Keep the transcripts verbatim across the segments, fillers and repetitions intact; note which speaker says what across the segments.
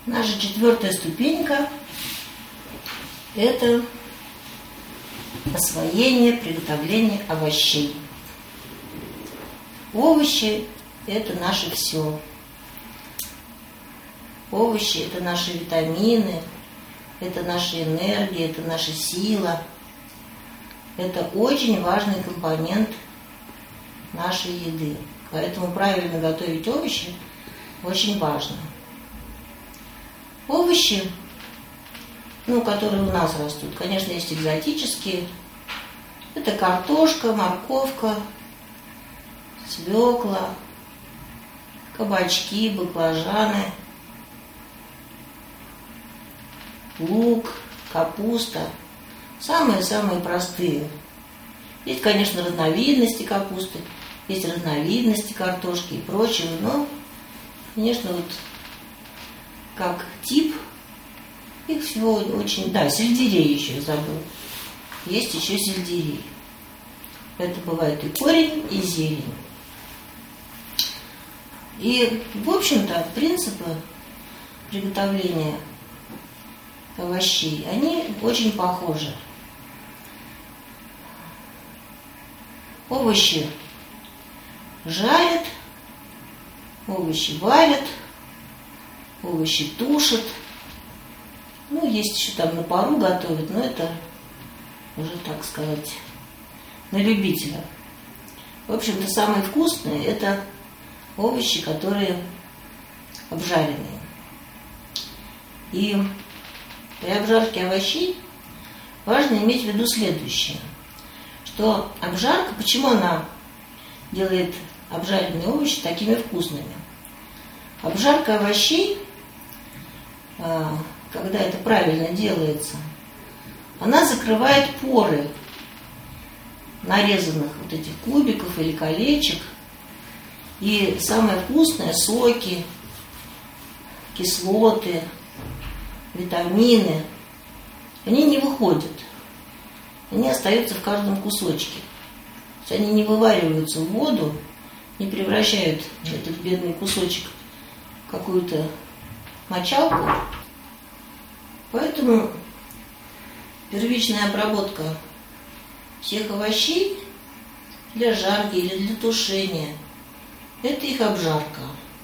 Speaker 1: Наша четвертая ступенька – это освоение, приготовление овощей. Овощи – это наше все. Овощи – это наши витамины, это наша энергия, это наша сила. Это очень важный компонент нашей еды. Поэтому правильно готовить овощи очень важно. Овощи, ну, которые у нас растут, конечно, есть экзотические. Это картошка, морковка, свекла, кабачки, баклажаны, лук, капуста. Самые-самые простые. Есть, конечно, разновидности капусты, есть разновидности картошки и прочего, но, конечно, вот как тип их всего очень... Да, сельдерей еще забыл. Есть еще сельдерей. Это бывает и корень, и зелень. И, в общем-то, принципы приготовления овощей, они очень похожи. Овощи жарят, овощи варят, овощи тушат. Ну, есть еще там на пару готовят, но это уже, так сказать, на любителя. В общем-то, самые вкусные – это овощи, которые обжаренные. И при обжарке овощей важно иметь в виду следующее, что обжарка, почему она делает обжаренные овощи такими вкусными? Обжарка овощей, когда это правильно делается, она закрывает поры нарезанных вот этих кубиков или колечек. И самое вкусное – соки, кислоты, витамины, они не выходят. Они остаются в каждом кусочке. То есть они не вывариваются в воду, не превращают этот бедный кусочек в какую-то мочалку. Поэтому первичная обработка всех овощей для жарки или для тушения – это их обжарка.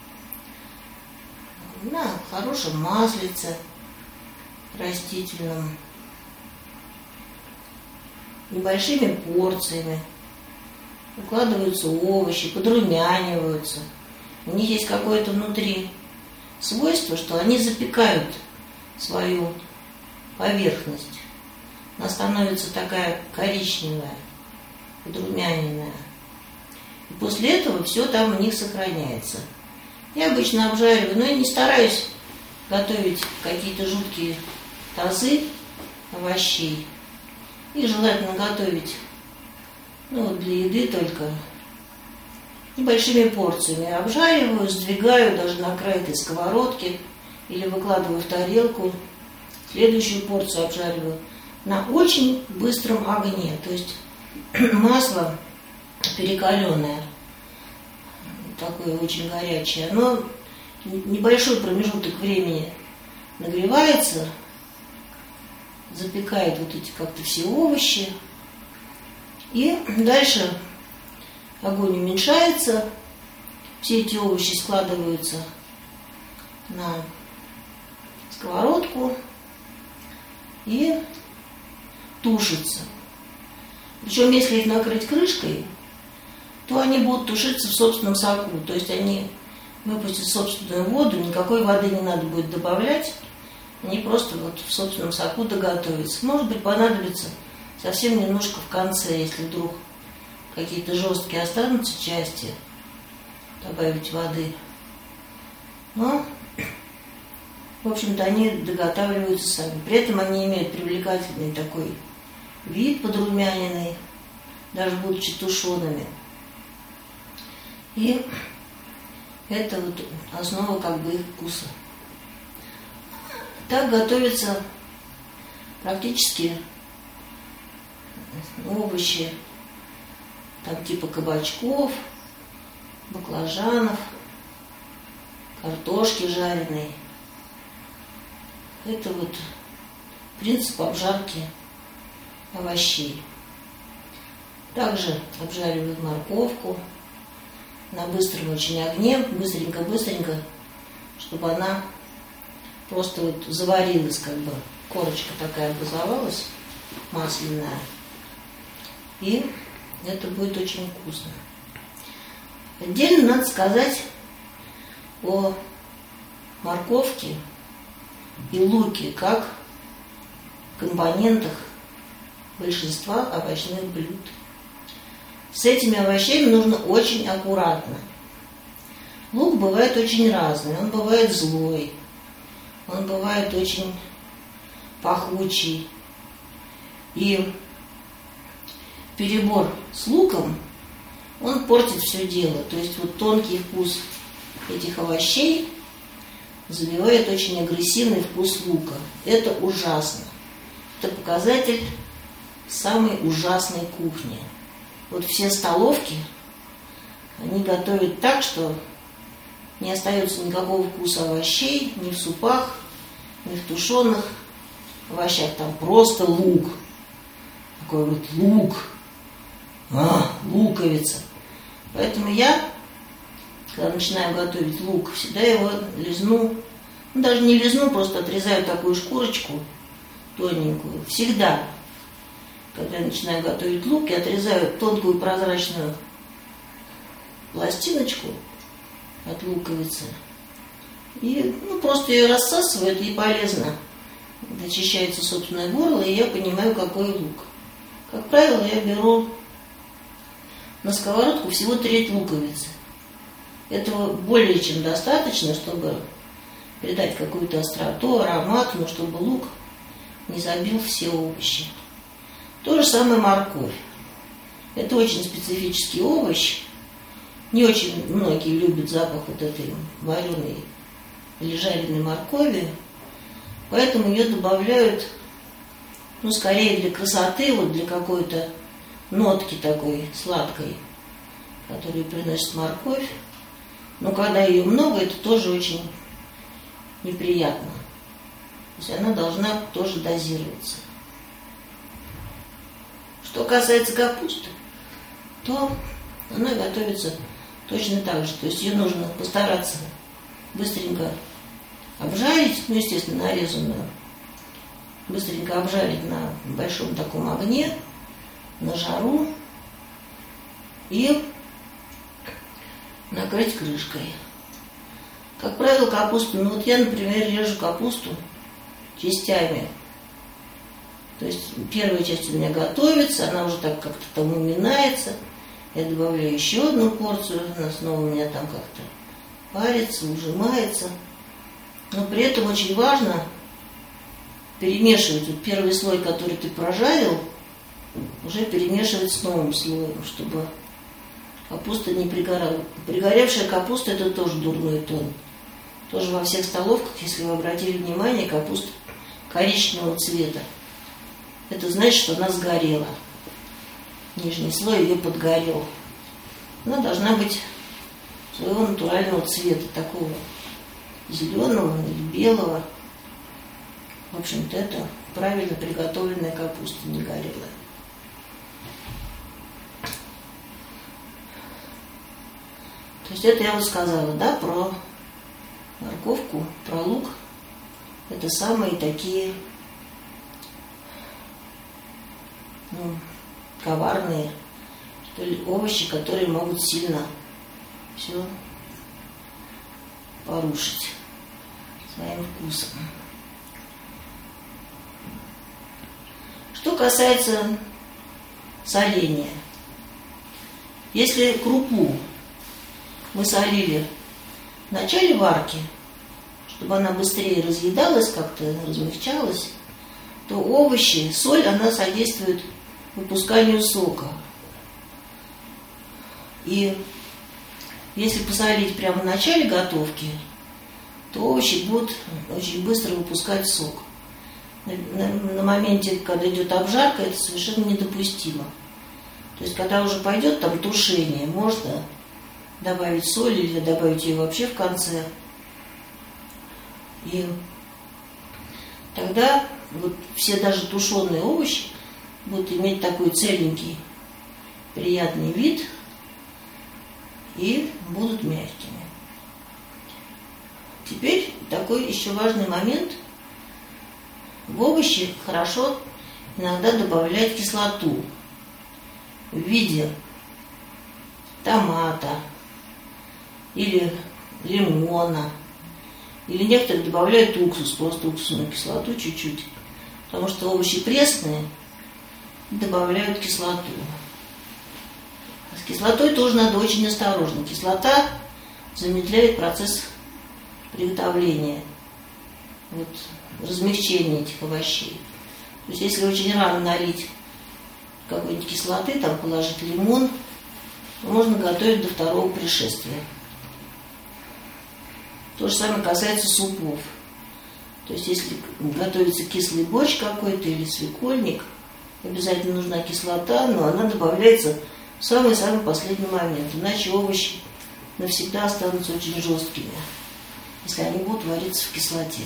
Speaker 1: На хорошем маслице растительном, небольшими порциями укладываются овощи, подрумяниваются. У них есть какое-то внутри свойство, что они запекают свою поверхность. Она становится такая коричневая, подрумяненная. И после этого все там у них сохраняется. Я обычно обжариваю, но я не стараюсь готовить какие-то жуткие тазы овощей. Их желательно готовить, ну, вот для еды только небольшими порциями. Обжариваю, сдвигаю даже на край этой сковородки или выкладываю в тарелку. Следующую порцию обжариваю на очень быстром огне. То есть масло перекаленное, такое очень горячее, оно небольшой промежуток времени нагревается, запекает вот эти как-то все овощи. И дальше огонь уменьшается, все эти овощи складываются на сковородку и тушатся. Причем, если их накрыть крышкой, то они будут тушиться в собственном соку. То есть они выпустят собственную воду, никакой воды не надо будет добавлять. Они просто вот в собственном соку доготовятся. Может быть, понадобится совсем немножко в конце, если вдруг какие-то жесткие останутся части, добавить воды. Но, в общем-то, они доготавливаются сами. При этом они имеют привлекательный такой вид подрумяненный, даже будучи тушеными. И это вот основа как бы их вкуса. Так готовятся практически овощи, там типа кабачков, баклажанов, картошки жареной, Это вот принцип обжарки овощей. Также обжаривают морковку на быстром очень огне, быстренько-быстренько, чтобы она просто вот заварилась, как бы корочка такая образовалась, масляная. И это будет очень вкусно. Отдельно надо сказать о морковке и луке как компонентах большинства овощных блюд. С этими овощами нужно очень аккуратно. Лук бывает очень разный. Он бывает злой, он бывает очень пахучий. И перебор с луком, он портит все дело. То есть вот тонкий вкус этих овощей заливает очень агрессивный вкус лука. Это ужасно. Это показатель самой ужасной кухни. Вот все столовки, они готовят так, что не остается никакого вкуса овощей, ни в супах, ни в тушеных овощах. Там просто лук. Такой вот лук. А, луковица. Поэтому я, когда начинаю готовить лук, всегда его лизну, ну, даже не лизну, просто отрезаю такую шкурочку тоненькую. Всегда, когда я начинаю готовить лук, я отрезаю тонкую прозрачную пластиночку от луковицы. И ну, просто ее рассасываю, это и полезно. Очищается собственное горло, и я понимаю, какой лук. Как правило, я беру на сковородку всего треть луковицы. Этого более чем достаточно, чтобы придать какую-то остроту, аромат, но чтобы лук не забил все овощи. То же самое морковь. Это очень специфический овощ. Не очень многие любят запах вот этой вареной или жареной моркови, поэтому ее добавляют, ну, скорее для красоты, вот для какой-то нотки такой сладкой, которую приносит морковь. Но когда ее много, это тоже очень неприятно. То есть она должна тоже дозироваться. Что касается капусты, то она готовится точно так же. То есть ее нужно постараться быстренько обжарить, ну, естественно, нарезанную, быстренько обжарить на большом таком огне, на жару и накрыть крышкой. Как правило, капусту, ну вот я, например, режу капусту частями. То есть первая часть у меня готовится, она уже так как-то там уминается. Я добавляю еще одну порцию, она снова у меня там как-то парится, ужимается. Но при этом очень важно перемешивать вот первый слой, который ты прожарил, уже перемешивать с новым слоем, чтобы капуста не пригорала. Пригоревшая капуста – это тоже дурной тон. Тоже во всех столовках, если вы обратили внимание, капуста коричневого цвета. Это значит, что она сгорела. Нижний слой ее подгорел. Она должна быть своего натурального цвета, такого зеленого или белого. В общем-то, это правильно приготовленная капуста, не горелая. То есть это я вот сказала, да, про морковку, про лук. Это самые такие, ну, коварные, что ли, овощи, которые могут сильно все порушить своим вкусом. Что касается соления. Если крупу мы солили в начале варки, чтобы она быстрее разъедалась, как-то размягчалась, то овощи, соль, она содействует выпусканию сока. И если посолить прямо в начале готовки, то овощи будут очень быстро выпускать сок. На, на, на моменте, когда идет обжарка, это совершенно недопустимо. То есть, когда уже пойдет там тушение, можно добавить соль или добавить ее вообще в конце. И тогда вот все даже тушеные овощи будут иметь такой целенький, приятный вид и будут мягкими. Теперь такой еще важный момент. В овощи хорошо иногда добавлять кислоту в виде томата или лимона. Или некоторые добавляют уксус, просто уксусную кислоту чуть-чуть. Потому что овощи пресные, добавляют кислоту. С кислотой тоже надо очень осторожно. Кислота замедляет процесс приготовления, вот, размягчения этих овощей. То есть если очень рано налить какой-нибудь кислоты, там положить лимон, то можно готовить до второго пришествия. То же самое касается супов. То есть если готовится кислый борщ какой-то или свекольник, обязательно нужна кислота, но она добавляется в самый-самый последний момент. Иначе овощи навсегда останутся очень жесткими, если они будут вариться в кислоте.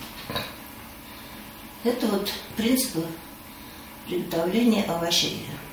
Speaker 1: Это вот принципы приготовления овощей.